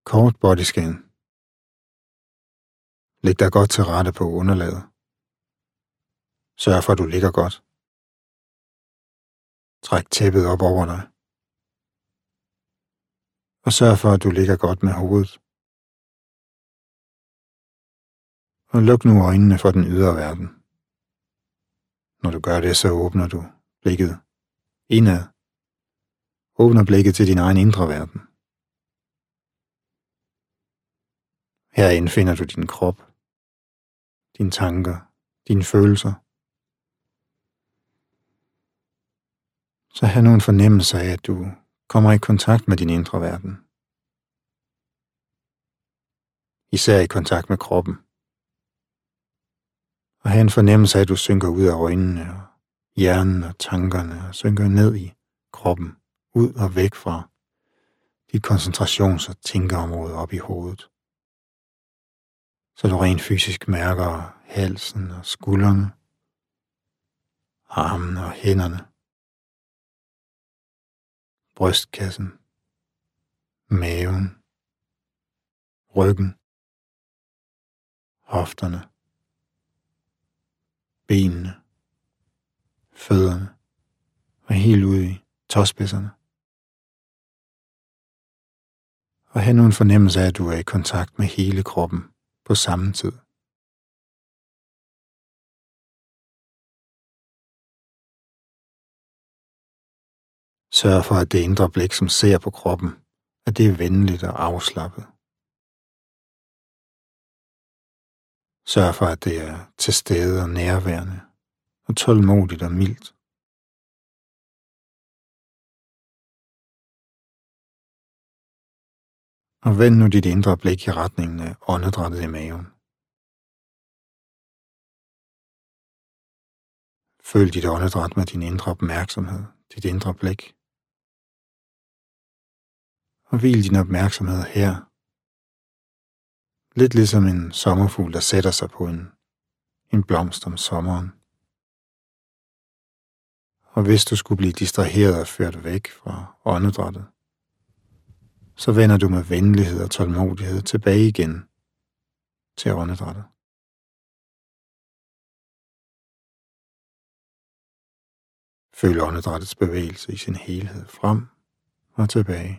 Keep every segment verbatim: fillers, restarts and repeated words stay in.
Kort bodyscan. Læg dig godt til rette på underlaget. Sørg for, at du ligger godt. Træk tæppet op over dig. Og sørg for, at du ligger godt med hovedet. Og luk nu øjnene for den ydre verden. Når du gør det, så åbner du blikket indad. Åbner blikket til din egen indre verden. Herinde finder du din krop, dine tanker, dine følelser. Så have nu en fornemmelse af, at du kommer i kontakt med din indre verden. Især i kontakt med kroppen. Og have en fornemmelse af, at du synker ud af øjnene og hjernen og tankerne og synker ned i kroppen, ud og væk fra dit koncentrations- og tænkeområde op i hovedet. Så du rent fysisk mærker halsen og skuldrene, armene og hænderne, brystkassen, maven, ryggen, hofterne, benene, fødderne og helt ude i tåspidserne. Og have nu en fornemmelse af, at du er i kontakt med hele kroppen på samme tid. Sørg for, at det indre blik, som ser på kroppen, at det er venligt og afslappet. Sørg for, at det er til stede og nærværende og tålmodigt og mildt. Og vend nu dit indre blik i retningen af åndedrættet i maven. Følg dit åndedræt med din indre opmærksomhed, dit indre blik. Og hvil din opmærksomhed her. Lidt ligesom en sommerfugl, der sætter sig på en, en blomst om sommeren. Og hvis du skulle blive distraheret og ført væk fra åndedrættet, så vender du med venlighed og tålmodighed tilbage igen til åndedrættet. Føl åndedrættets bevægelse i sin helhed frem og tilbage.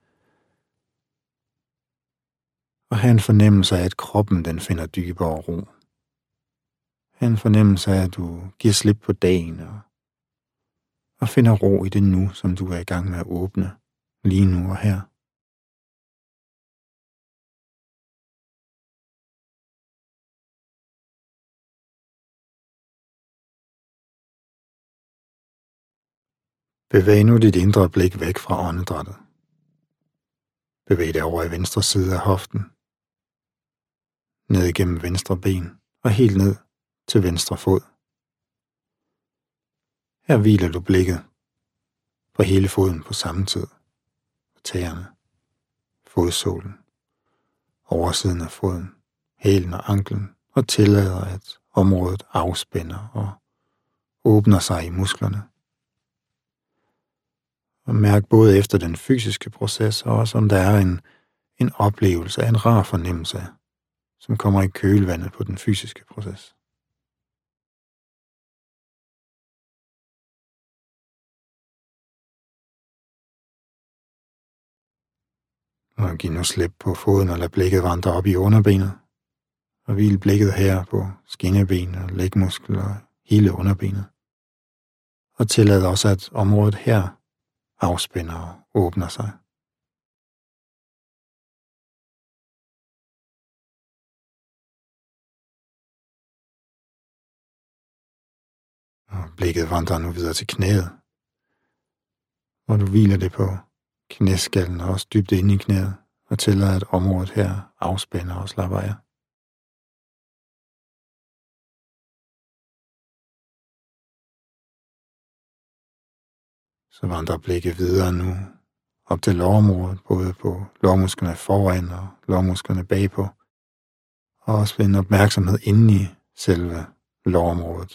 Og have en fornemmelse af, at kroppen den finder dybere ro. Have en fornemmelse af, at du giver slip på dagen og, og finder ro i det nu, som du er i gang med at åbne lige nu og her. Bevæg nu dit indre blik væk fra åndedrættet. Bevæg det over i venstre side af hoften, ned igennem venstre ben og helt ned til venstre fod. Her hviler du blikket på hele foden på samme tid. Tæerne, fodsålen, oversiden af foden, hælen og anklen, og tillader, at området afspænder og åbner sig i musklerne. Og mærk både efter den fysiske proces, og også om der er en, en oplevelse af en rar fornemmelse, som kommer i kølvandet på den fysiske proces. Og giv nu slip på foden og lad blikket vandre op i underbenet. Og hvil blikket her på skinneben og lægmuskler og hele underbenet. Og tillad også, at området her afspænder og åbner sig. Og blikket vandrer nu videre til knæet. Og du hviler det på knæskallen og også dybt inde i knæet. Og tillader, at området her afspænder og slapper af. Så vandrer blikket videre nu op til lårområdet, både på lårmusklerne foran og lårmusklerne bagpå, og også en opmærksomhed inde i selve lårområdet.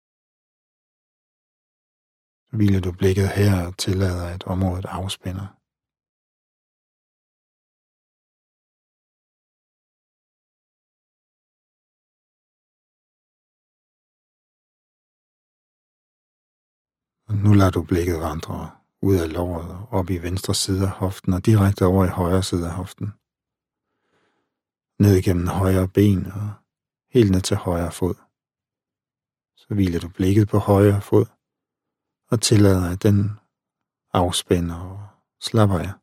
Så hviler du blikket her og tillader, at området afspænder. Nu lader du blikket vandre ud af låret og op i venstre side af hoften og direkte over i højre side af hoften. Ned igennem højre ben og helt ned til højre fod. Så hviler du blikket på højre fod og tillader, at den afspænder og slapper af.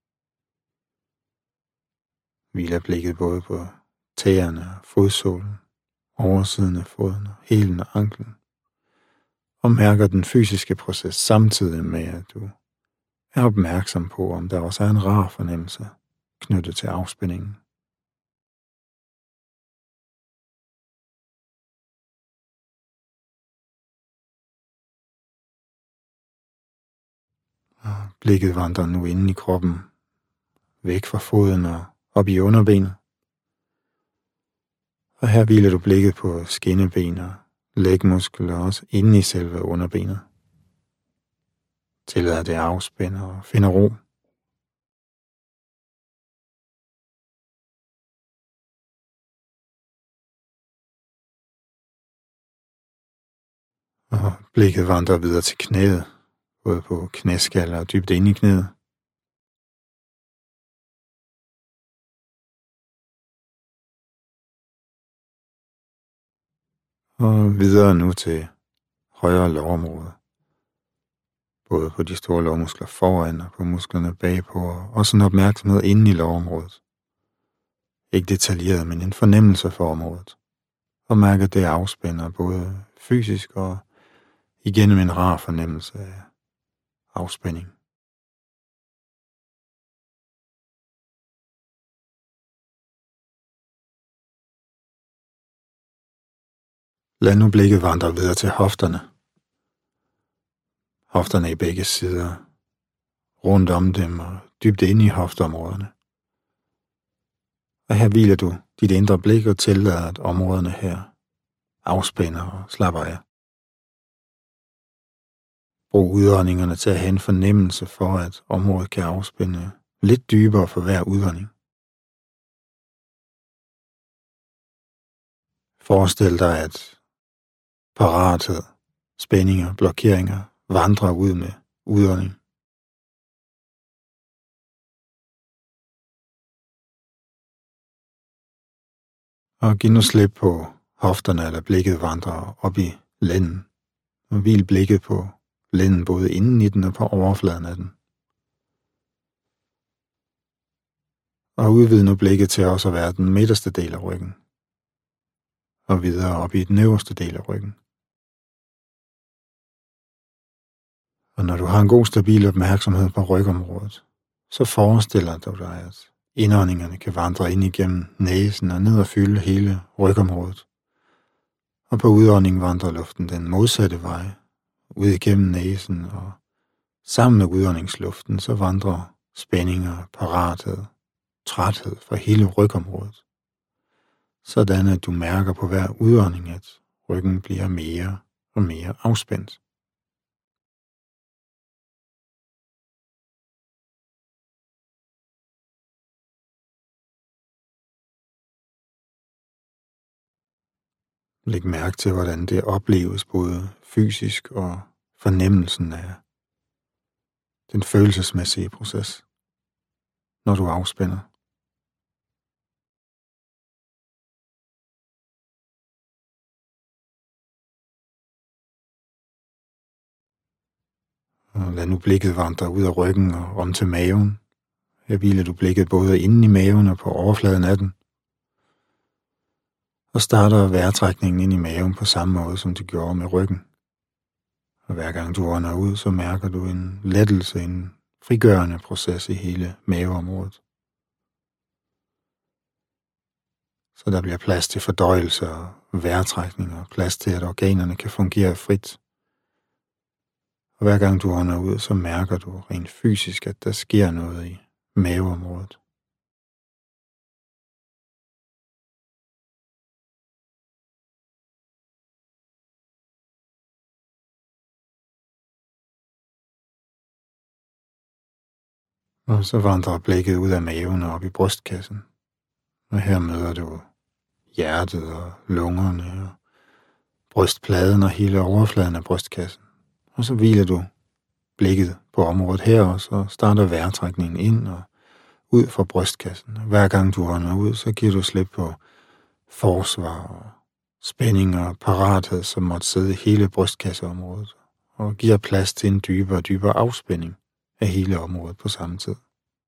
Hviler blikket både på tæerne og fodsålen, oversiden af foden og hælen og anklen. Og mærker den fysiske proces samtidig med, at du er opmærksom på, om der også er en rar fornemmelse knyttet til afspændingen. Og blikket vandrer nu ind i kroppen, væk fra foden og op i underbenet. Og her hviler du blikket på skinneben og lægmuskler også inde i selve underbenet. Tillader det afspænder og finder ro. Og blikket vandrer videre til knæet, både på knæskaller og dybt inde i knæet. Og videre nu til højre lårområde. Både på de store lårmuskler foran og på musklerne bagpå, og også en opmærksomhed inde i lårområdet. Ikke detaljeret, men en fornemmelse for området. Og mærke, at det afspænder både fysisk og igennem en rar fornemmelse af afspænding. Lad nu blikket vandre videre til hofterne. Hofterne i begge sider, rundt om dem og dybt inde i hofteområderne. Og her hviler du dit indre blik og tillader, at områderne her afspænder og slapper af. Brug udåndingerne til at have en fornemmelse for, at området kan afspænde lidt dybere for hver udånding. Forestil dig, at parathed, spændinger, blokeringer vandrer ud med udånding. Og giv nu slip på hofterne, eller blikket vandrer op i lænden. Og hvil blikket på lænden både inden i den og på overfladen af den. Og udvid nu blikket til også at være den midterste del af ryggen. Og videre op i den øverste del af ryggen. Og når du har en god stabil opmærksomhed på rygområdet, så forestiller du dig, at indåndingerne kan vandre ind igennem næsen og ned og fylde hele rygområdet. Og på udåndingen vandrer luften den modsatte vej, ud igennem næsen, og sammen med udåndingsluften så vandrer spændinger, parathed, træthed fra hele rygområdet. Sådan at du mærker på hver udånding, at ryggen bliver mere og mere afspændt. Læg mærke til, hvordan det opleves både fysisk og fornemmelsen af den følelsesmæssige proces, når du afspænder. Og lad nu blikket vandre ud af ryggen og om til maven. Her hviler du blikket både inde i maven og på overfladen af den. Og starter vejrtrækningen ind i maven på samme måde, som du gjorde med ryggen. Og hver gang du ånder ud, så mærker du en lettelse, en frigørende proces i hele maveområdet. Så der bliver plads til fordøjelse og vejrtrækning, og plads til, at organerne kan fungere frit. Og hver gang du ånder ud, så mærker du rent fysisk, at der sker noget i maveområdet. Og så vandrer blikket ud af maven og op i brystkassen. Og her møder du hjertet og lungerne og brystpladen og hele overfladen af brystkassen. Og så hviler du blikket på området her, og så starter vejrtrækningen ind og ud fra brystkassen. Hver gang du ånder ud, så giver du slip på forsvar og spænding og parathed, som måtte sidde i hele brystkasseområdet, og giver plads til en dybere og dybere afspænding af hele området på samme tid.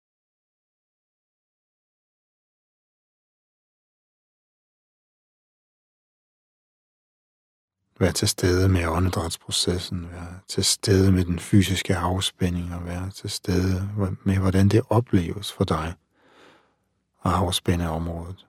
Vær til stede med åndedrætsprocessen, vær til stede med den fysiske afspænding, og vær til stede med, hvordan det opleves for dig at afspænde området.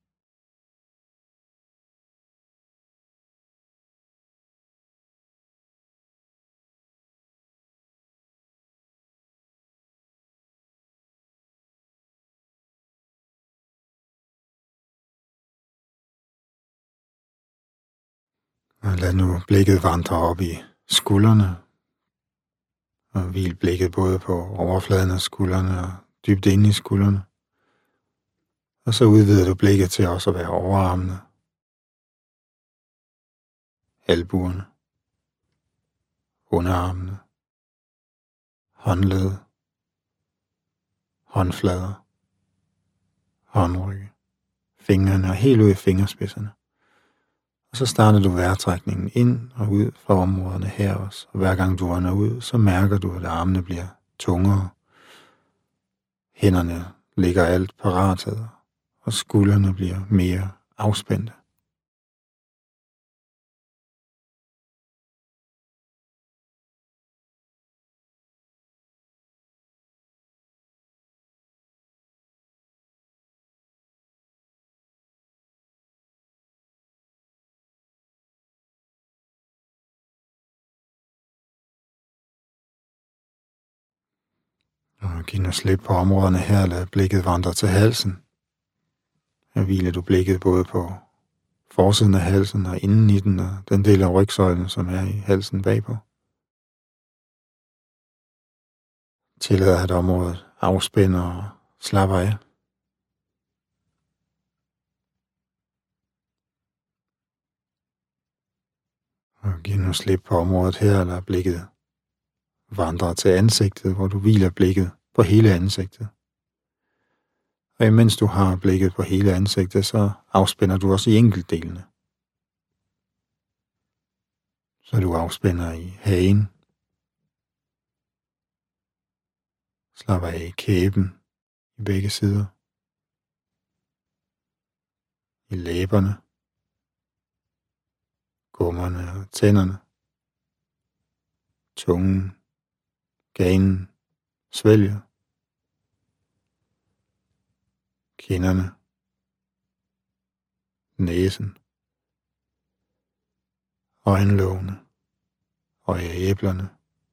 Og lad nu blikket vandre op i skuldrene, og hvil blikket både på overfladen af skuldrene og dybt inde i skuldrene. Og så udvider du blikket til også at være overarmene, albuerne, underarmene, håndled, håndflader, håndrygge, fingrene og helt ud i fingerspidserne. Og så starter du vejrtrækningen ind og ud fra områderne her også. Og hver gang du ånder ud, så mærker du, at armene bliver tungere. Hænderne ligger alt parathed, og skuldrene bliver mere afspændte. Og giv nu slip på områderne her, lad blikket vandre til halsen. Her hviler du blikket både på forsiden af halsen og inden i den, og den del af rygsøjlen, som er i halsen bagpå. Tillad at området afspænder og slapper af. Og giv nu slip på området her, lad blikket vandre til ansigtet, hvor du hviler blikket på hele ansigtet. Og imens du har blikket på hele ansigtet, så afspænder du også i enkeltdelene. Så du afspænder i hagen, slapper af i kæben i begge sider, i læberne, gummerne og tænderne, tungen, ganen, svælger, kinderne, næsen, øjenlågene, øjeæblerne,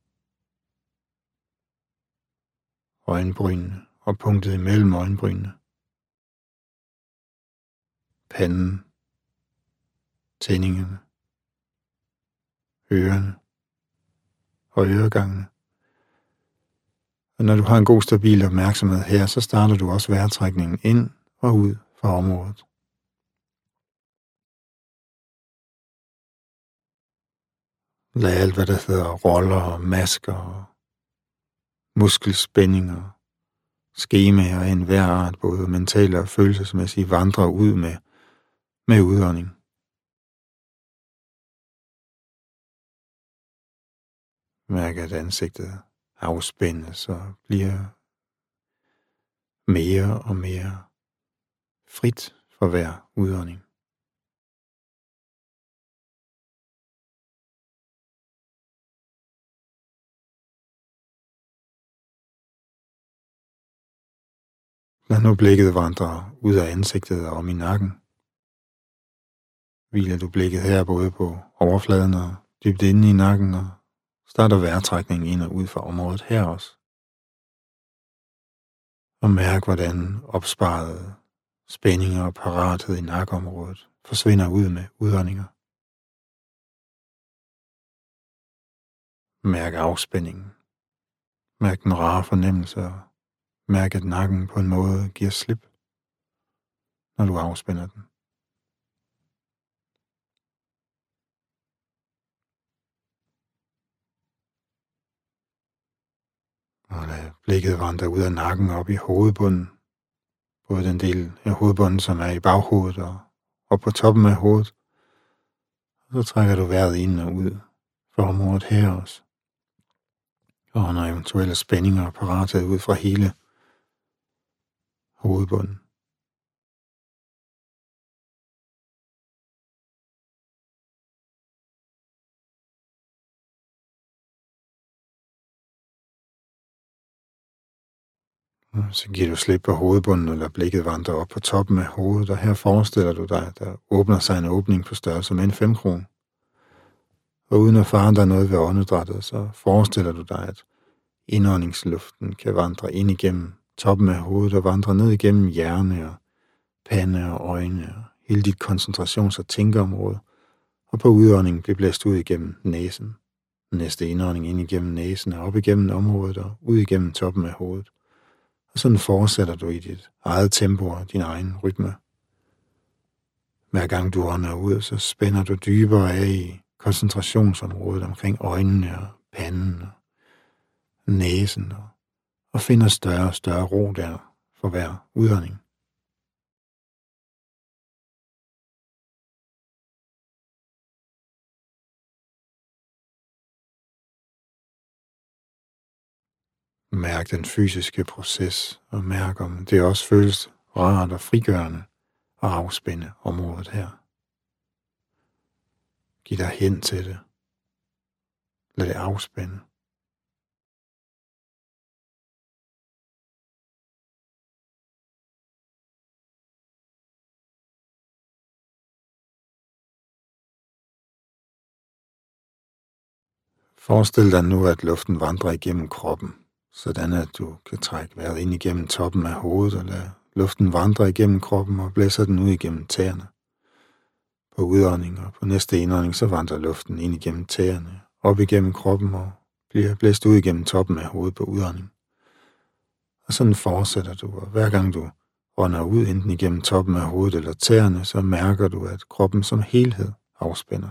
øjenbrynene og punktet imellem øjenbrynene, panden, tændingerne, ørerne og øregangene. Og når du har en god stabil opmærksomhed her, så starter du også vejrtrækningen ind og ud fra området. Lad alt, hvad der hedder roller og masker og muskelspændinger, skemaer af enhver art, både mentale og følelsesmæssige, vandre ud med, med udånding. Mærk, at ansigtet afspændes og bliver mere og mere frit for hver udånding. Lad nu blikket vandre ud af ansigtet og om i nakken. Hviler du blikket her både på overfladen og dybt inde i nakken, og starter vejrtrækningen ind og ud fra området her også. Og mærk, hvordan opsparede spændinger og parathed i nakkeområdet forsvinder ud med udåndinger. Mærk afspændingen. Mærk den rare fornemmelse, og mærk, at nakken på en måde giver slip, når du afspænder den. Og lad blikket vandre ud af nakken op i hovedbunden. Både den del af hovedbunden, som er i baghovedet og op på toppen af hovedet. Og så trækker du vejret ind og ud for området her også. Og når eventuelle spændinger og parathed ud fra hele hovedbunden. Så giver du slip på hovedbunden, eller blikket vandrer op på toppen af hovedet, og her forestiller du dig, at der åbner sig en åbning på størrelse med en fem krone. Og uden at forandre noget ved åndedrættet, så forestiller du dig, at indåndingsluften kan vandre ind igennem toppen af hovedet og vandre ned igennem hjerne og pande og øjne og hele dit koncentrations- og tænkeområde, og på udåndingen bliver blæst ud igennem næsen. Næste indånding ind igennem næsen og op igennem området og ud igennem toppen af hovedet. Og sådan fortsætter du i dit eget tempo og din egen rytme. Hver gang du ånder ud, så spænder du dybere af i koncentrationsområdet omkring øjnene og panden og næsen og, og finder større og større ro der for hver udånding. Mærk den fysiske proces, og mærk om det også føles rart og frigørende at afspænde området her. Giv dig hen til det. Lad det afspænde. Forestil dig nu, at luften vandrer igennem kroppen, sådan at du kan trække vejret ind igennem toppen af hovedet og lade luften vandre igennem kroppen og blæser den ud igennem tæerne. På udånding og på næste indånding, så vandrer luften ind igennem tæerne, op igennem kroppen og bliver blæst ud igennem toppen af hovedet på udånding. Og sådan fortsætter du, og hver gang du ånder ud enten igennem toppen af hovedet eller tæerne, så mærker du, at kroppen som helhed afspænder.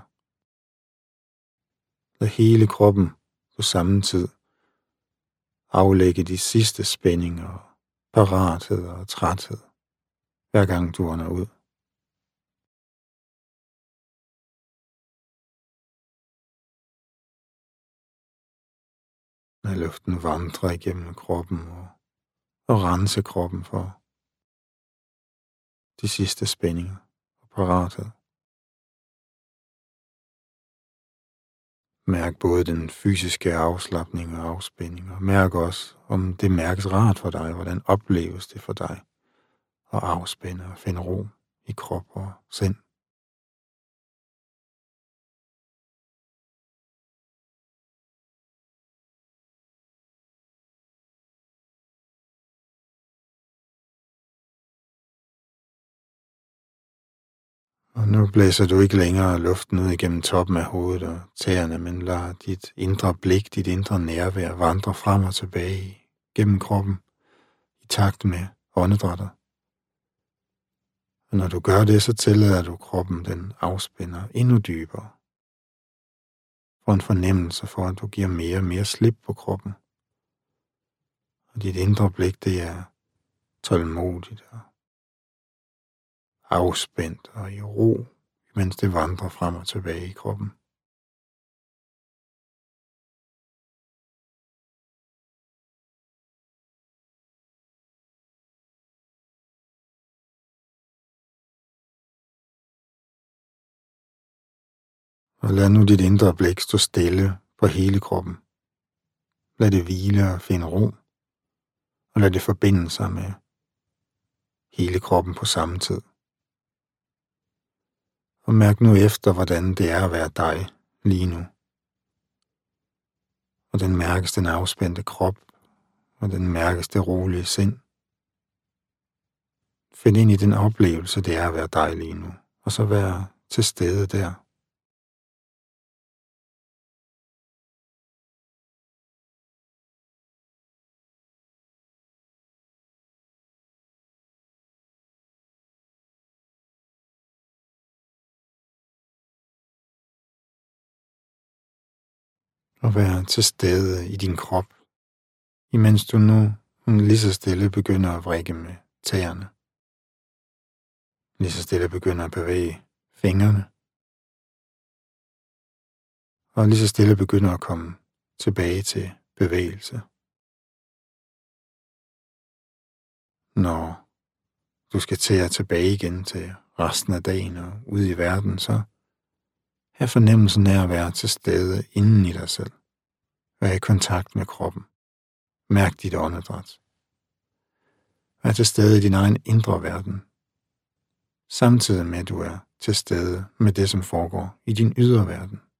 Lad hele kroppen på samme tid aflægge de sidste spændinger, parathed og træthed, hver gang du ånder ud. Lad luften vandre igennem kroppen og, og rense kroppen for de sidste spændinger og parathed. Mærk både den fysiske afslapning og afspænding, og mærk også, om det mærkes rart for dig, hvordan opleves det for dig at afspænde og finde ro i krop og sind. Og nu blæser du ikke længere luften ud igennem toppen af hovedet og tæerne, men lader dit indre blik, dit indre nærvær vandre frem og tilbage gennem kroppen i takt med åndedrættet. Og når du gør det, så tillader du kroppen, den afspænder endnu dybere. For en fornemmelse for, at du giver mere og mere slip på kroppen. Og dit indre blik, det er tålmodigt og afspændt og i ro, mens det vandrer frem og tilbage i kroppen. Og lad nu dit indre blik stå stille på hele kroppen. Lad det hvile og finde ro, og lad det forbinde sig med hele kroppen på samme tid. Og mærk nu efter, hvordan det er at være dig lige nu. Og den mærkes den afspændte krop, og den mærkes det rolige sind. Find ind i den oplevelse, det er at være dig lige nu, og så være til stede der. Og være til stede i din krop, imens du nu lige så stille begynder at vrikke med tæerne. Lige så stille begynder at bevæge fingrene. Og lige så stille begynder at komme tilbage til bevægelse. Når du skal til at tilbage igen til resten af dagen og ud i verden, så have fornemmelsen af at være til stede inden i dig selv. Vær i kontakt med kroppen. Mærk dit åndedræt. Vær til stede i din egen indre verden, samtidig med at du er til stede med det, som foregår i din ydre verden.